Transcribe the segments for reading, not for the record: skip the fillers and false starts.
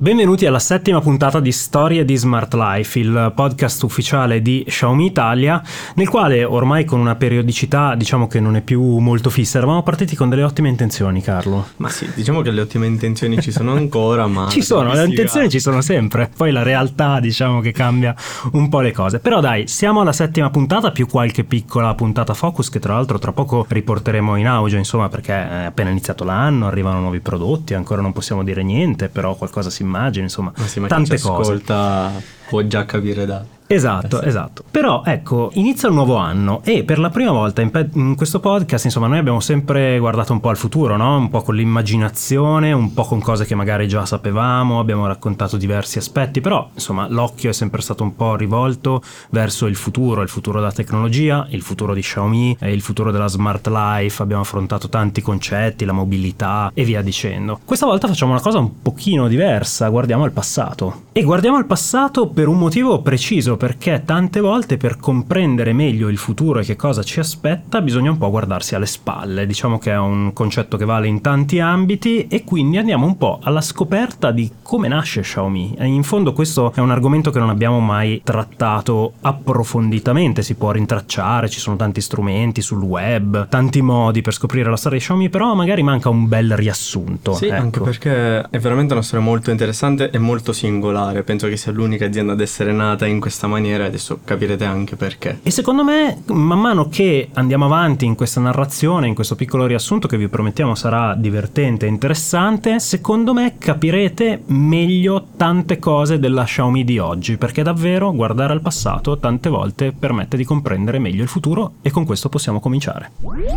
Benvenuti alla 7ª puntata di Storie di Smart Life, il podcast ufficiale di Xiaomi Italia, nel quale ormai con una periodicità diciamo che non è più molto fissa. Eravamo partiti con delle ottime intenzioni, Carlo. Ma sì, diciamo che le ottime intenzioni ci sono ancora, ma... Ci sono, le intenzioni ci sono sempre, poi la realtà diciamo che cambia un po' le cose. Però dai, siamo alla 7ª puntata più qualche piccola puntata focus che tra l'altro tra poco riporteremo in auge, insomma, perché è appena iniziato l'anno, arrivano nuovi prodotti, ancora non possiamo dire niente, però qualcosa si immagina, insomma, ma sì, ma tante chi ci cose. Ascolta può già capire da... Esatto. Però ecco, inizia il nuovo anno e per la prima volta in questo podcast, insomma, noi abbiamo sempre guardato un po' al futuro, no? Un po' con l'immaginazione, un po' con cose che magari già sapevamo, abbiamo raccontato diversi aspetti, però insomma l'occhio è sempre stato un po' rivolto verso il futuro della tecnologia, il futuro di Xiaomi, il futuro della smart life, abbiamo affrontato tanti concetti, la mobilità e via dicendo. Questa volta facciamo una cosa un pochino diversa, guardiamo al passato. E guardiamo al passato per un motivo preciso, perché tante volte per comprendere meglio il futuro e che cosa ci aspetta bisogna un po' guardarsi alle spalle. Diciamo che è un concetto che vale in tanti ambiti e quindi andiamo un po' alla scoperta di come nasce Xiaomi. E in fondo questo è un argomento che non abbiamo mai trattato approfonditamente, si può rintracciare, ci sono tanti strumenti sul web, tanti modi per scoprire la storia di Xiaomi, però magari manca un bel riassunto. Sì, ecco. Anche perché è veramente una storia molto interessante e molto singolare. Penso che sia l'unica azienda ad essere nata in questa maniera, adesso capirete anche perché. E secondo me, man mano che andiamo avanti in questa narrazione, in questo piccolo riassunto che vi promettiamo sarà divertente e interessante, secondo me capirete meglio tante cose della Xiaomi di oggi, perché davvero guardare al passato tante volte permette di comprendere meglio il futuro e con questo possiamo cominciare.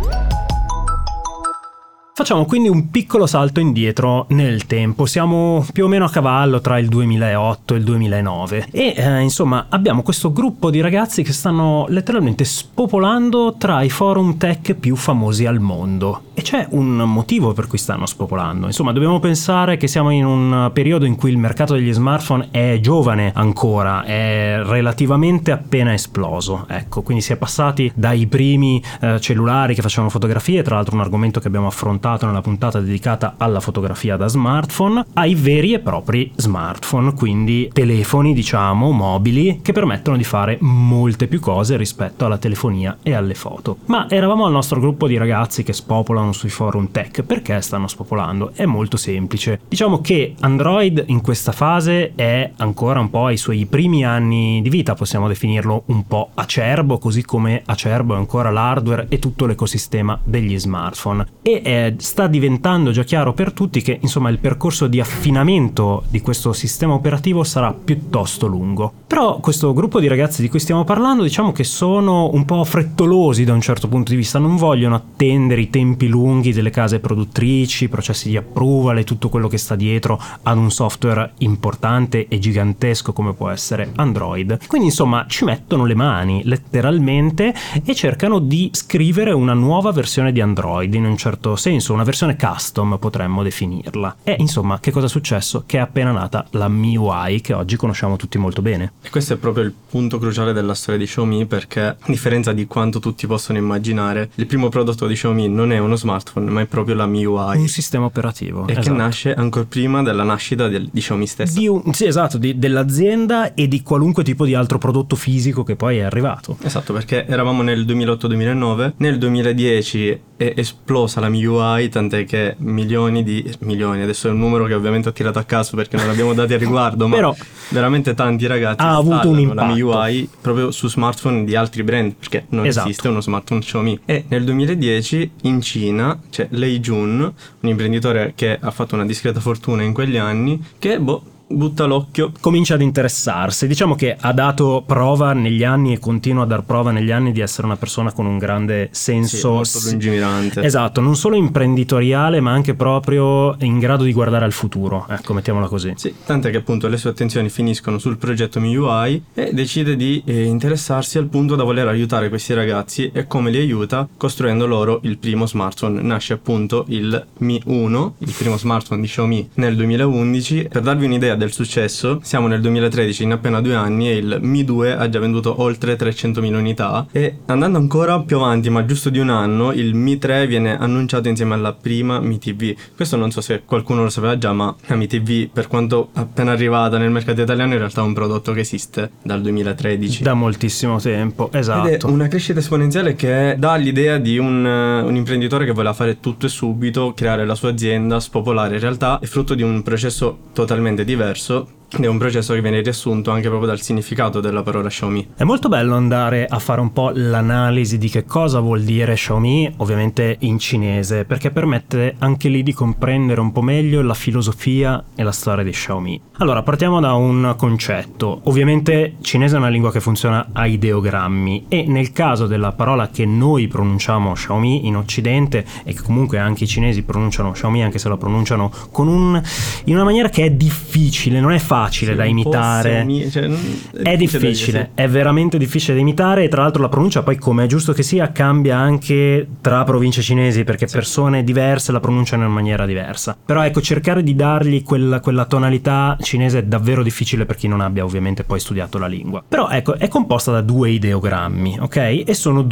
Facciamo quindi un piccolo salto indietro nel tempo, siamo più o meno a cavallo tra il 2008 e il 2009 e insomma abbiamo questo gruppo di ragazzi che stanno letteralmente spopolando tra i forum tech più famosi al mondo e c'è un motivo per cui stanno spopolando. Insomma, dobbiamo pensare che siamo in un periodo in cui il mercato degli smartphone è giovane ancora, è relativamente appena esploso, ecco, quindi si è passati dai primi cellulari che facevano fotografie, tra l'altro un argomento che abbiamo affrontato nella puntata dedicata alla fotografia da smartphone, ai veri e propri smartphone, quindi telefoni diciamo mobili che permettono di fare molte più cose rispetto alla telefonia e alle foto. Ma eravamo al nostro gruppo di ragazzi che spopolano sui forum tech. Perché stanno spopolando? È molto semplice. Diciamo che Android in questa fase è ancora un po' ai suoi primi anni di vita, possiamo definirlo un po' acerbo, così come acerbo è ancora l'hardware e tutto l'ecosistema degli smartphone, e sta diventando già chiaro per tutti che insomma il percorso di affinamento di questo sistema operativo sarà piuttosto lungo. Però questo gruppo di ragazzi di cui stiamo parlando, diciamo che sono un po' frettolosi da un certo punto di vista, non vogliono attendere i tempi lunghi delle case produttrici, processi di approval e tutto quello che sta dietro ad un software importante e gigantesco come può essere Android. Quindi insomma ci mettono le mani letteralmente e cercano di scrivere una nuova versione di Android, in un certo senso una versione custom potremmo definirla. E insomma che cosa è successo? Che è appena nata la MIUI, che oggi conosciamo tutti molto bene. E questo è proprio il punto cruciale della storia di Xiaomi, perché a differenza di quanto tutti possono immaginare, il primo prodotto di Xiaomi non è uno smartphone ma è proprio la MIUI, un sistema operativo, e esatto, che nasce ancora prima della nascita di Xiaomi stessa, sì, esatto, dell'azienda e di qualunque tipo di altro prodotto fisico che poi è arrivato. Esatto, perché eravamo nel 2008-2009, nel 2010 è esplosa la MIUI, tant'è che milioni, adesso è un numero che ovviamente ho tirato a caso perché non abbiamo dati a riguardo, ma però veramente tanti ragazzi ha avuto un impatto. La MIUI proprio su smartphone di altri brand, perché non esiste uno smartphone Xiaomi. E nel 2010 in Cina c'è Lei Jun, un imprenditore che ha fatto una discreta fortuna in quegli anni, che butta l'occhio, comincia ad interessarsi. Diciamo che ha dato prova negli anni e continua a dar prova negli anni di essere una persona con un grande senso, molto lungimirante. Esatto, non solo imprenditoriale ma anche proprio in grado di guardare al futuro, ecco, mettiamola così. Sì, tant'è che appunto le sue attenzioni finiscono sul progetto MIUI e decide di interessarsi al punto da voler aiutare questi ragazzi. E come li aiuta? Costruendo loro il primo smartphone. Nasce appunto il Mi 1, il primo smartphone di Xiaomi nel 2011. Per darvi un'idea ha del successo, siamo nel 2013, in appena 2 anni, e il Mi 2 ha già venduto oltre 300.000 unità, e andando ancora più avanti, ma giusto di un anno, il Mi 3 viene annunciato insieme alla prima Mi TV. Questo non so se qualcuno lo sapeva già, ma la Mi TV, per quanto appena arrivata nel mercato italiano, in realtà è un prodotto che esiste dal 2013. Da moltissimo tempo, esatto. Ed è una crescita esponenziale che dà l'idea di un imprenditore che voleva fare tutto e subito, creare la sua azienda, spopolare. In realtà è frutto di un processo totalmente diverso. Ed è un processo che viene riassunto anche proprio dal significato della parola Xiaomi. È molto bello andare a fare un po' l'analisi di che cosa vuol dire Xiaomi, ovviamente in cinese, perché permette anche lì di comprendere un po' meglio la filosofia e la storia di Xiaomi. Allora, partiamo da un concetto. Ovviamente cinese è una lingua che funziona a ideogrammi, e nel caso della parola che noi pronunciamo Xiaomi in Occidente, e che comunque anche i cinesi pronunciano Xiaomi, anche se lo pronunciano in una maniera che è difficile, non è facile da imitare, è difficile, è veramente difficile da imitare, e tra l'altro la pronuncia poi, come è giusto che sia, cambia anche tra province cinesi, perché persone diverse la pronunciano in maniera diversa. Però ecco, cercare di dargli quella tonalità cinese è davvero difficile per chi non abbia ovviamente poi studiato la lingua. Però ecco, è composta da 2 ideogrammi, ok? E sono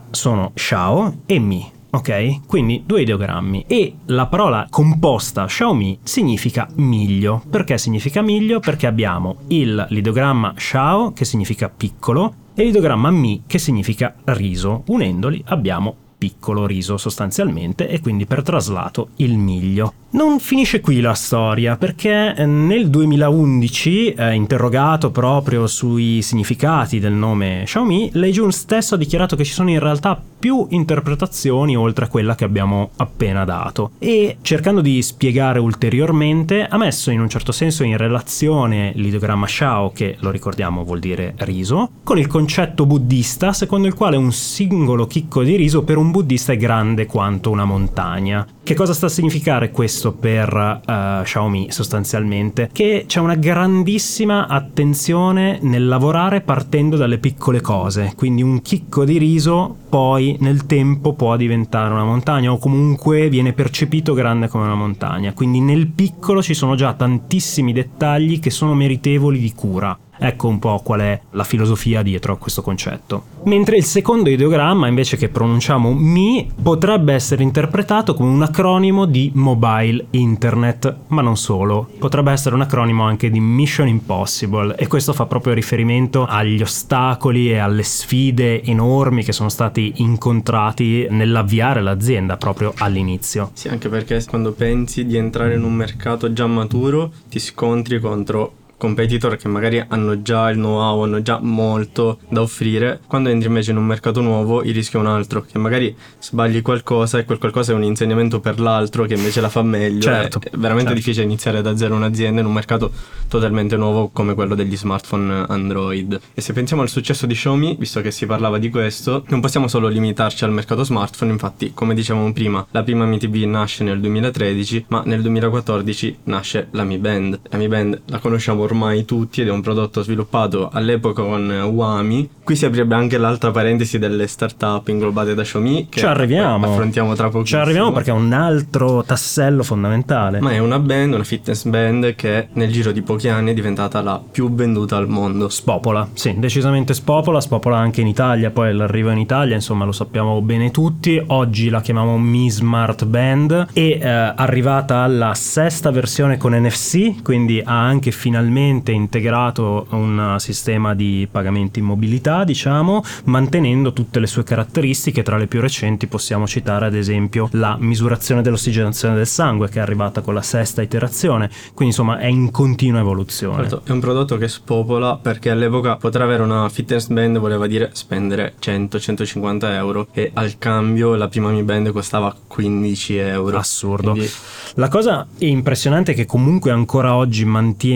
Xiao e Mi. Ok? Quindi 2 ideogrammi, e la parola composta Xiaomi significa miglio. Perché significa miglio? Perché abbiamo l'ideogramma Xiao, che significa piccolo, e l'ideogramma Mi, che significa riso. Unendoli abbiamo piccolo riso sostanzialmente, e quindi per traslato il miglio. Non finisce qui la storia, perché nel 2011, interrogato proprio sui significati del nome Xiaomi, Lei Jun stesso ha dichiarato che ci sono in realtà più interpretazioni oltre a quella che abbiamo appena dato, e cercando di spiegare ulteriormente ha messo in un certo senso in relazione l'ideogramma Xiao, che lo ricordiamo vuol dire riso, con il concetto buddista secondo il quale un singolo chicco di riso per un buddista è grande quanto una montagna. Che cosa sta a significare questo per Xiaomi sostanzialmente? Che c'è una grandissima attenzione nel lavorare partendo dalle piccole cose, quindi un chicco di riso poi nel tempo può diventare una montagna, o comunque viene percepito grande come una montagna, quindi nel piccolo ci sono già tantissimi dettagli che sono meritevoli di cura. Ecco un po' qual è la filosofia dietro a questo concetto. Mentre il secondo ideogramma, invece, che pronunciamo Mi, potrebbe essere interpretato come un acronimo di Mobile Internet, ma non solo. Potrebbe essere un acronimo anche di Mission Impossible, e questo fa proprio riferimento agli ostacoli e alle sfide enormi che sono stati incontrati nell'avviare l'azienda proprio all'inizio. Sì, anche perché quando pensi di entrare in un mercato già maturo, ti scontri contro competitor che magari hanno già il know-how, hanno già molto da offrire. Quando entri invece in un mercato nuovo, il rischio è un altro, che magari sbagli qualcosa e quel qualcosa è un insegnamento per l'altro che invece la fa meglio. Certo, è veramente difficile iniziare da zero un'azienda in un mercato totalmente nuovo come quello degli smartphone Android. E se pensiamo al successo di Xiaomi, visto che si parlava di questo, non possiamo solo limitarci al mercato smartphone. Infatti, come dicevamo prima, la prima Mi TV nasce nel 2013, ma nel 2014 nasce la Mi Band. La Mi Band la conosciamo ormai tutti ed è un prodotto sviluppato all'epoca con Huami. Qui si aprirebbe anche l'altra parentesi delle startup inglobate da Xiaomi, che ci arriviamo, affrontiamo tra pochissimo. Ci arriviamo perché è un altro tassello fondamentale. Ma è una band, una fitness band, che nel giro di pochi anni è diventata la più venduta al mondo. Spopola, sì, decisamente spopola anche in Italia. Poi l'arrivo in Italia, insomma, lo sappiamo bene tutti. Oggi la chiamiamo Mi Smart Band, e arrivata alla 6ª versione con NFC, quindi ha anche finalmente integrato un sistema di pagamenti in mobilità, diciamo, mantenendo tutte le sue caratteristiche. Tra le più recenti possiamo citare ad esempio la misurazione dell'ossigenazione del sangue, che è arrivata con la 6ª iterazione, quindi insomma è in continua evoluzione. Certo, è un prodotto che spopola, perché all'epoca poter avere una fitness band voleva dire spendere 100-150 euro, e al cambio la prima Mi Band costava 15 euro. Assurdo. Quindi... La cosa impressionante è che comunque ancora oggi mantiene una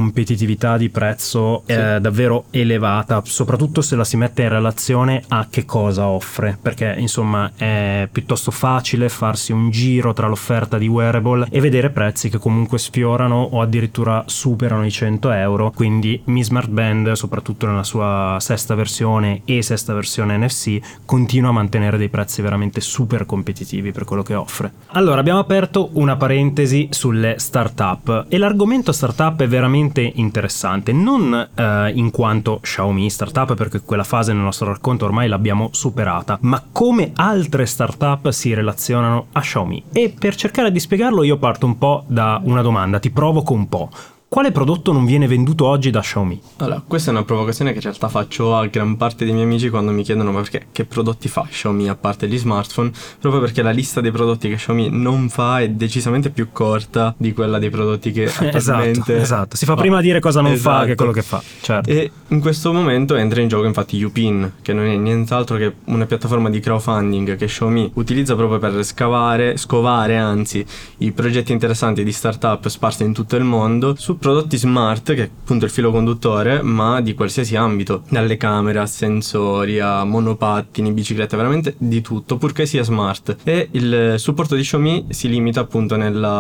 competitività di prezzo davvero elevata, soprattutto se la si mette in relazione a che cosa offre, perché insomma è piuttosto facile farsi un giro tra l'offerta di wearable e vedere prezzi che comunque sfiorano o addirittura superano i 100 euro. Quindi Mi Smart Band, soprattutto nella sua sesta versione e sesta versione NFC, continua a mantenere dei prezzi veramente super competitivi per quello che offre. Allora, abbiamo aperto una parentesi sulle startup e l'argomento startup è veramente interessante, non in quanto Xiaomi startup, perché quella fase nel nostro racconto ormai l'abbiamo superata, ma come altre startup si relazionano a Xiaomi. E per cercare di spiegarlo io parto un po' da una domanda, ti provoco un po'. Quale prodotto non viene venduto oggi da Xiaomi? Allora, questa è una provocazione che in realtà faccio a gran parte dei miei amici quando mi chiedono ma perché, che prodotti fa Xiaomi a parte gli smartphone, proprio perché la lista dei prodotti che Xiaomi non fa è decisamente più corta di quella dei prodotti che attualmente esatto. Si fa prima dire cosa non fa che quello che fa, certo. E in questo momento entra in gioco infatti Youpin, che non è nient'altro che una piattaforma di crowdfunding che Xiaomi utilizza proprio per scovare anzi i progetti interessanti di startup sparse in tutto il mondo su prodotti smart, che è appunto il filo conduttore, ma di qualsiasi ambito, dalle camere a sensori a monopattini, biciclette, veramente di tutto, purché sia smart. E il supporto di Xiaomi si limita appunto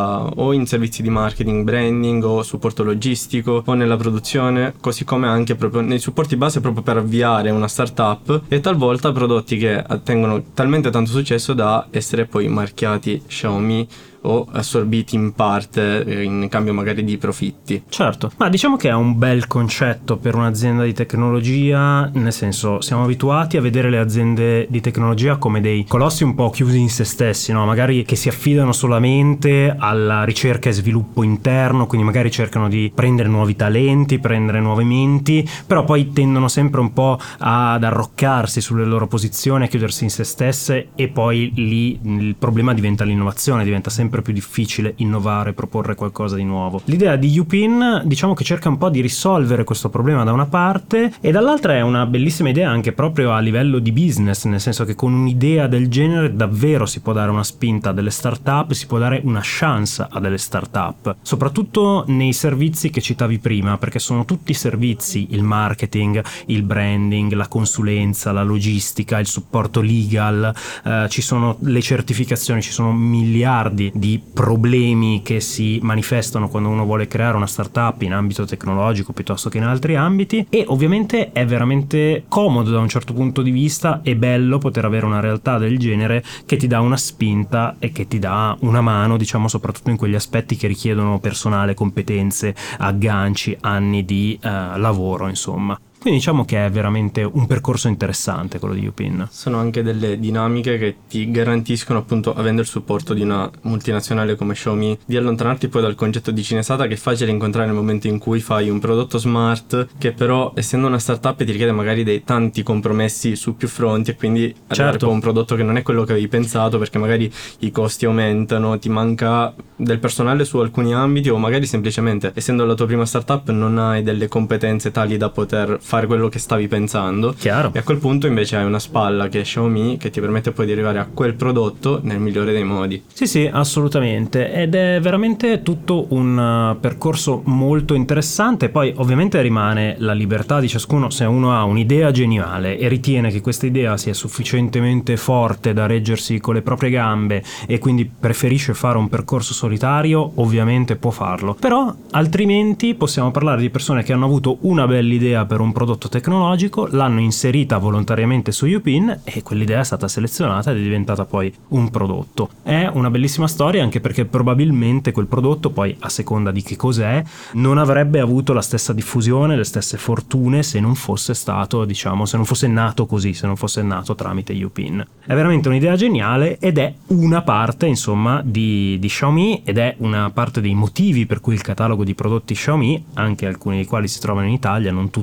o in servizi di marketing, branding o supporto logistico o nella produzione, così come anche proprio nei supporti base proprio per avviare una startup, e talvolta prodotti che ottengono talmente tanto successo da essere poi marchiati Xiaomi o assorbiti in parte in cambio magari di profitti. Certo, ma diciamo che è un bel concetto per un'azienda di tecnologia, nel senso siamo abituati a vedere le aziende di tecnologia come dei colossi un po' chiusi in se stessi, no? Magari che si affidano solamente alla ricerca e sviluppo interno, quindi magari cercano di prendere nuovi talenti, prendere nuove menti, però poi tendono sempre un po' ad arroccarsi sulle loro posizioni, a chiudersi in se stesse, e poi lì il problema diventa l'innovazione, diventa sempre più difficile innovare, proporre qualcosa di nuovo. L'idea di Youpin diciamo che cerca un po' di risolvere questo problema da una parte, e dall'altra è una bellissima idea anche proprio a livello di business, nel senso che con un'idea del genere davvero si può dare una spinta a delle startup, si può dare una chance a delle startup, soprattutto nei servizi che citavi prima, perché sono tutti servizi: il marketing, il branding, la consulenza, la logistica, il supporto legal, ci sono le certificazioni, ci sono miliardi di problemi che si manifestano quando uno vuole creare una startup in ambito tecnologico piuttosto che in altri ambiti, e ovviamente è veramente comodo da un certo punto di vista e bello poter avere una realtà del genere che ti dà una spinta e che ti dà una mano, diciamo, soprattutto in quegli aspetti che richiedono personale, competenze, agganci, anni di lavoro, insomma. Quindi diciamo che è veramente un percorso interessante quello di Youpin. Sono anche delle dinamiche che ti garantiscono, appunto, avendo il supporto di una multinazionale come Xiaomi, di allontanarti poi dal concetto di cinesata che è facile incontrare nel momento in cui fai un prodotto smart, che però, essendo una startup, ti richiede magari dei tanti compromessi su più fronti, e quindi arrivare con un prodotto che non è quello che avevi pensato, perché magari i costi aumentano, ti manca del personale su alcuni ambiti, o magari semplicemente, essendo la tua prima startup, non hai delle competenze tali da poter fare quello che stavi pensando. Chiaro. E a quel punto invece hai una spalla che è Xiaomi, che ti permette poi di arrivare a quel prodotto nel migliore dei modi. Sì, assolutamente, ed è veramente tutto un percorso molto interessante. Poi ovviamente rimane la libertà di ciascuno. Se uno ha un'idea geniale e ritiene che questa idea sia sufficientemente forte da reggersi con le proprie gambe e quindi preferisce fare un percorso solitario, ovviamente può farlo, però altrimenti possiamo parlare di persone che hanno avuto una bella idea per un prodotto tecnologico, l'hanno inserita volontariamente su Youpin e quell'idea è stata selezionata ed è diventata poi un prodotto. È una bellissima storia, anche perché probabilmente quel prodotto poi, a seconda di che cos'è, non avrebbe avuto la stessa diffusione, le stesse fortune se non fosse stato, diciamo, se non fosse nato così, se non fosse nato tramite Youpin. È veramente un'idea geniale ed è una parte, insomma, di Xiaomi, ed è una parte dei motivi per cui il catalogo di prodotti Xiaomi, anche alcuni dei quali si trovano in Italia, non tutti come sappiamo,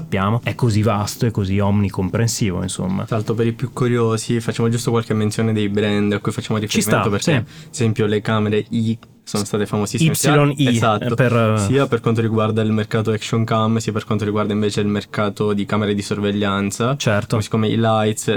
sappiamo è così vasto e così omnicomprensivo, insomma. Tra l'altro, per i più curiosi facciamo giusto qualche menzione dei brand a cui facciamo riferimento, perché ad esempio le camere I sono state famosissime YI, esatto, sia per quanto riguarda il mercato action cam, sia per quanto riguarda invece il mercato di camere di sorveglianza. Certo. Come i Lights,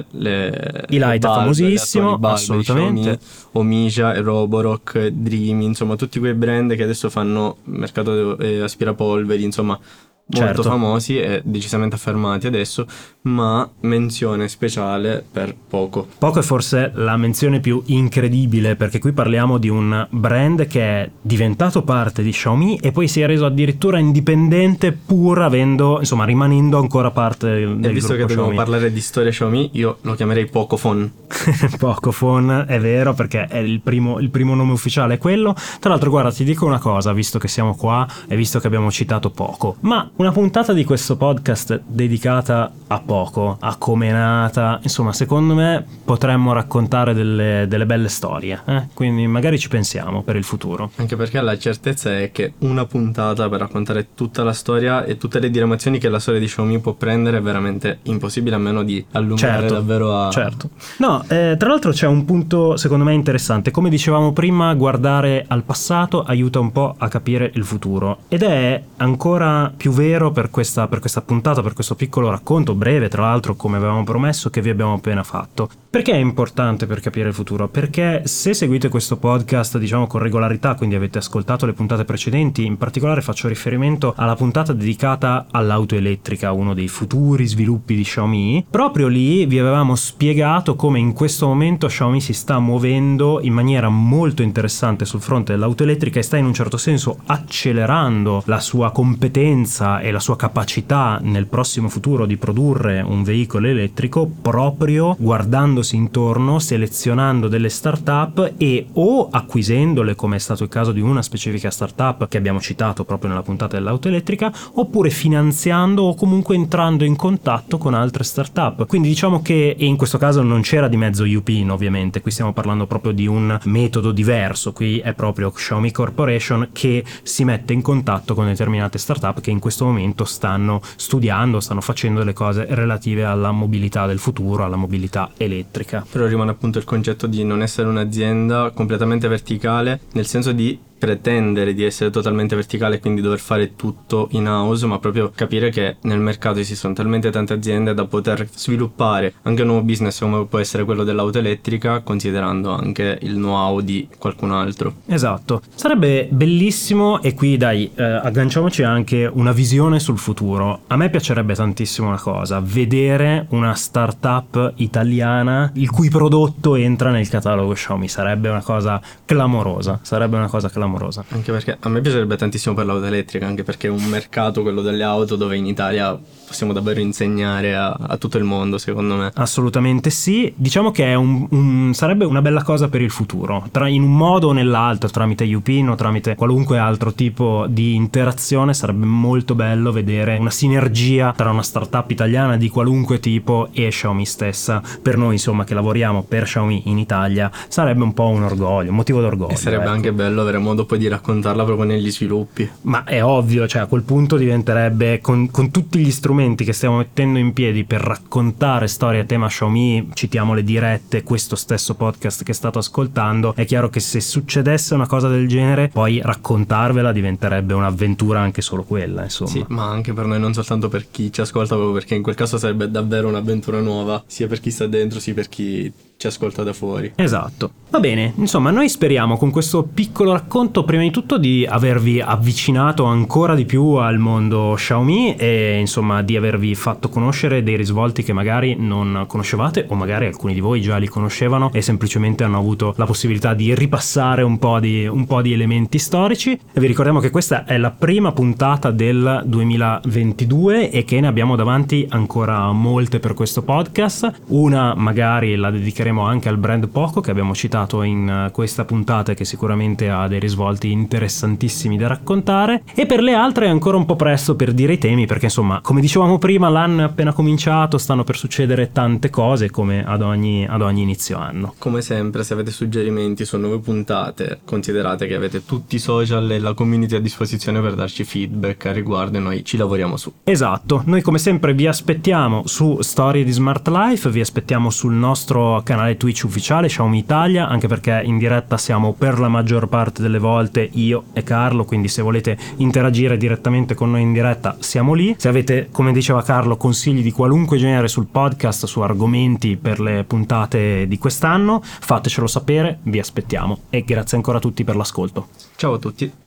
i Light è famosissimo, assolutamente. Omija, Roborock, Dreamy, insomma tutti quei brand che adesso fanno mercato aspirapolveri, insomma molto famosi e decisamente affermati adesso, ma menzione speciale per Poco. Poco è forse la menzione più incredibile, perché qui parliamo di un brand che è diventato parte di Xiaomi e poi si è reso addirittura indipendente pur avendo, insomma, rimanendo ancora parte del gruppo. E visto che dobbiamo parlare di storia Xiaomi, io lo chiamerei Pocophone. Pocophone, è vero, perché è il primo nome ufficiale è quello. Tra l'altro, guarda, ti dico una cosa, visto che siamo qua e visto che abbiamo citato Poco, ma una puntata di questo podcast dedicata a Poco, a come è nata, insomma, secondo me potremmo raccontare delle belle storie, quindi magari ci pensiamo per il futuro. Anche perché la certezza è che una puntata per raccontare tutta la storia e tutte le diramazioni che la storia di Xiaomi può prendere è veramente impossibile, a meno di allungare davvero a... Certo. No, tra l'altro c'è un punto secondo me interessante. Come dicevamo prima, guardare al passato aiuta un po' a capire il futuro, ed è ancora più vero per questa puntata, per questo piccolo racconto breve, tra l'altro, come avevamo promesso, che vi abbiamo appena fatto. Perché è importante per capire il futuro? Perché se seguite questo podcast, diciamo, con regolarità, quindi avete ascoltato le puntate precedenti, in particolare faccio riferimento alla puntata dedicata all'auto elettrica, uno dei futuri sviluppi di Xiaomi. Proprio lì vi avevamo spiegato come in questo momento Xiaomi si sta muovendo in maniera molto interessante sul fronte dell'auto elettrica e sta in un certo senso accelerando la sua competenza e la sua capacità nel prossimo futuro di produrre un veicolo elettrico, proprio guardandosi intorno, selezionando delle startup e o acquisendole, come è stato il caso di una specifica startup che abbiamo citato proprio nella puntata dell'auto elettrica, oppure finanziando o comunque entrando in contatto con altre startup. Quindi diciamo che, e in questo caso non c'era di mezzo Yupin, ovviamente, qui stiamo parlando proprio di un metodo diverso, qui è proprio Xiaomi Corporation che si mette in contatto con determinate startup che in questo momento stanno studiando, stanno facendo delle cose relative alla mobilità del futuro, alla mobilità elettrica. Però rimane appunto il concetto di non essere un'azienda completamente verticale, nel senso di pretendere di essere totalmente verticale e quindi dover fare tutto in house, ma proprio capire che nel mercato esistono talmente tante aziende da poter sviluppare anche un nuovo business come può essere quello dell'auto elettrica, considerando anche il know-how di qualcun altro. Esatto, sarebbe bellissimo, e qui dai, agganciamoci anche una visione sul futuro. A me piacerebbe tantissimo una cosa: vedere una startup italiana il cui prodotto entra nel catalogo Xiaomi. Sarebbe una cosa clamorosa, anche perché a me piacerebbe tantissimo per l'auto elettrica, anche perché è un mercato, quello delle auto, dove in Italia possiamo davvero insegnare a tutto il mondo, secondo me. Assolutamente sì, diciamo che è sarebbe una bella cosa per il futuro, in un modo o nell'altro, tramite Yupin o tramite qualunque altro tipo di interazione. Sarebbe molto bello vedere una sinergia tra una startup italiana di qualunque tipo e Xiaomi stessa. Per noi, insomma, che lavoriamo per Xiaomi in Italia, sarebbe un po' un orgoglio, un motivo d'orgoglio. E sarebbe anche bello avere modo poi di raccontarla proprio negli sviluppi. Ma è ovvio, cioè a quel punto diventerebbe, con tutti gli strumenti che stiamo mettendo in piedi per raccontare storie a tema Xiaomi, citiamo le dirette, questo stesso podcast che state ascoltando, è chiaro che se succedesse una cosa del genere, poi raccontarvela diventerebbe un'avventura anche solo quella, insomma. Sì, ma anche per noi, non soltanto per chi ci ascolta, proprio perché in quel caso sarebbe davvero un'avventura nuova, sia per chi sta dentro sia per chi ci ascolta da fuori. Esatto. Va bene, insomma, noi speriamo con questo piccolo racconto prima di tutto di avervi avvicinato ancora di più al mondo Xiaomi e insomma di avervi fatto conoscere dei risvolti che magari non conoscevate, o magari alcuni di voi già li conoscevano e semplicemente hanno avuto la possibilità di ripassare un po' di elementi storici. E vi ricordiamo che questa è la prima puntata del 2022 e che ne abbiamo davanti ancora molte per questo podcast. Una magari la dedicheremo anche al brand Poco, che abbiamo citato in questa puntata e che sicuramente ha dei risvolti risvolti interessantissimi da raccontare, e per le altre è ancora un po' presto per dire i temi, perché insomma, come dicevamo prima, l'anno è appena cominciato, stanno per succedere tante cose come ad ogni inizio anno. Come sempre, se avete suggerimenti su nuove puntate, considerate che avete tutti i social e la community a disposizione per darci feedback a riguardo, e noi ci lavoriamo su. Esatto, noi come sempre vi aspettiamo su Storie di Smart Life, vi aspettiamo sul nostro canale Twitch ufficiale Xiaomi Italia, anche perché in diretta siamo per la maggior parte delle volte io e Carlo, quindi se volete interagire direttamente con noi in diretta siamo lì. Se avete, come diceva Carlo, consigli di qualunque genere sul podcast, su argomenti per le puntate di quest'anno, fatecelo sapere, vi aspettiamo, e grazie ancora a tutti per l'ascolto. Ciao a tutti.